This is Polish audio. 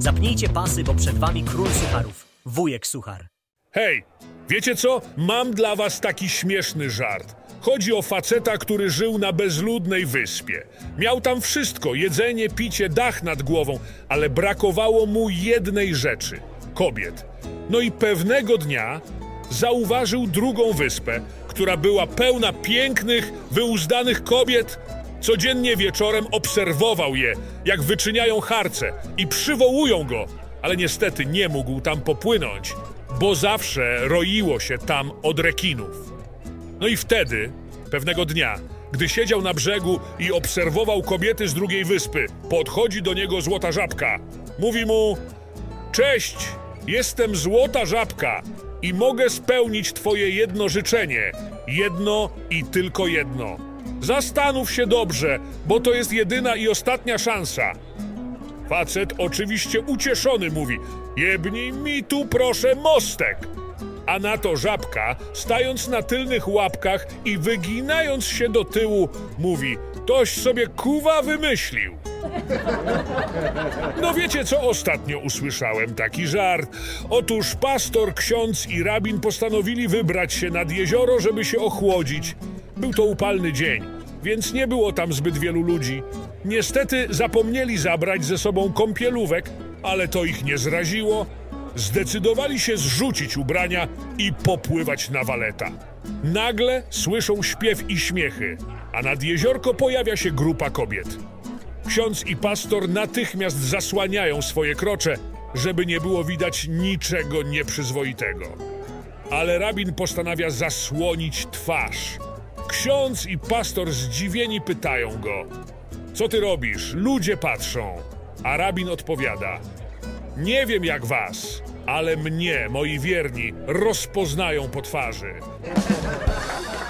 Zapnijcie pasy, bo przed wami król sucharów, wujek Suchar. Hej, wiecie co? Mam dla was taki śmieszny żart. Chodzi o faceta, który żył na bezludnej wyspie. Miał tam wszystko, jedzenie, picie, dach nad głową, ale brakowało mu jednej rzeczy – kobiet. No i pewnego dnia zauważył drugą wyspę, która była pełna pięknych, wyuzdanych kobiet. Codziennie wieczorem obserwował je, jak wyczyniają harce i przywołują go, ale niestety nie mógł tam popłynąć, bo zawsze roiło się tam od rekinów. No i wtedy, pewnego dnia, gdy siedział na brzegu i obserwował kobiety z drugiej wyspy, podchodzi do niego Złota Żabka. Mówi mu: cześć, jestem Złota Żabka i mogę spełnić twoje jedno życzenie. Jedno i tylko jedno. Zastanów się dobrze, bo to jest jedyna i ostatnia szansa. Facet oczywiście ucieszony mówi: jebnij mi tu proszę mostek. A na to Żabka, stając na tylnych łapkach i wyginając się do tyłu, mówi: toś sobie kuwa wymyślił. No wiecie, co ostatnio usłyszałem? Taki żart. Otóż pastor, ksiądz i rabin postanowili wybrać się nad jezioro, żeby się ochłodzić. Był to upalny dzień, więc nie było tam zbyt wielu ludzi. Niestety zapomnieli zabrać ze sobą kąpielówek, ale to ich nie zraziło. Zdecydowali się zrzucić ubrania i popływać na waleta. Nagle słyszą śpiew i śmiechy, a nad jeziorko pojawia się grupa kobiet. Ksiądz i pastor natychmiast zasłaniają swoje krocze, żeby nie było widać niczego nieprzyzwoitego. Ale rabin postanawia zasłonić twarz. Ksiądz i pastor zdziwieni pytają go: co ty robisz? Ludzie patrzą. A rabin odpowiada: nie wiem jak was, ale mnie, moi wierni, rozpoznają po twarzy.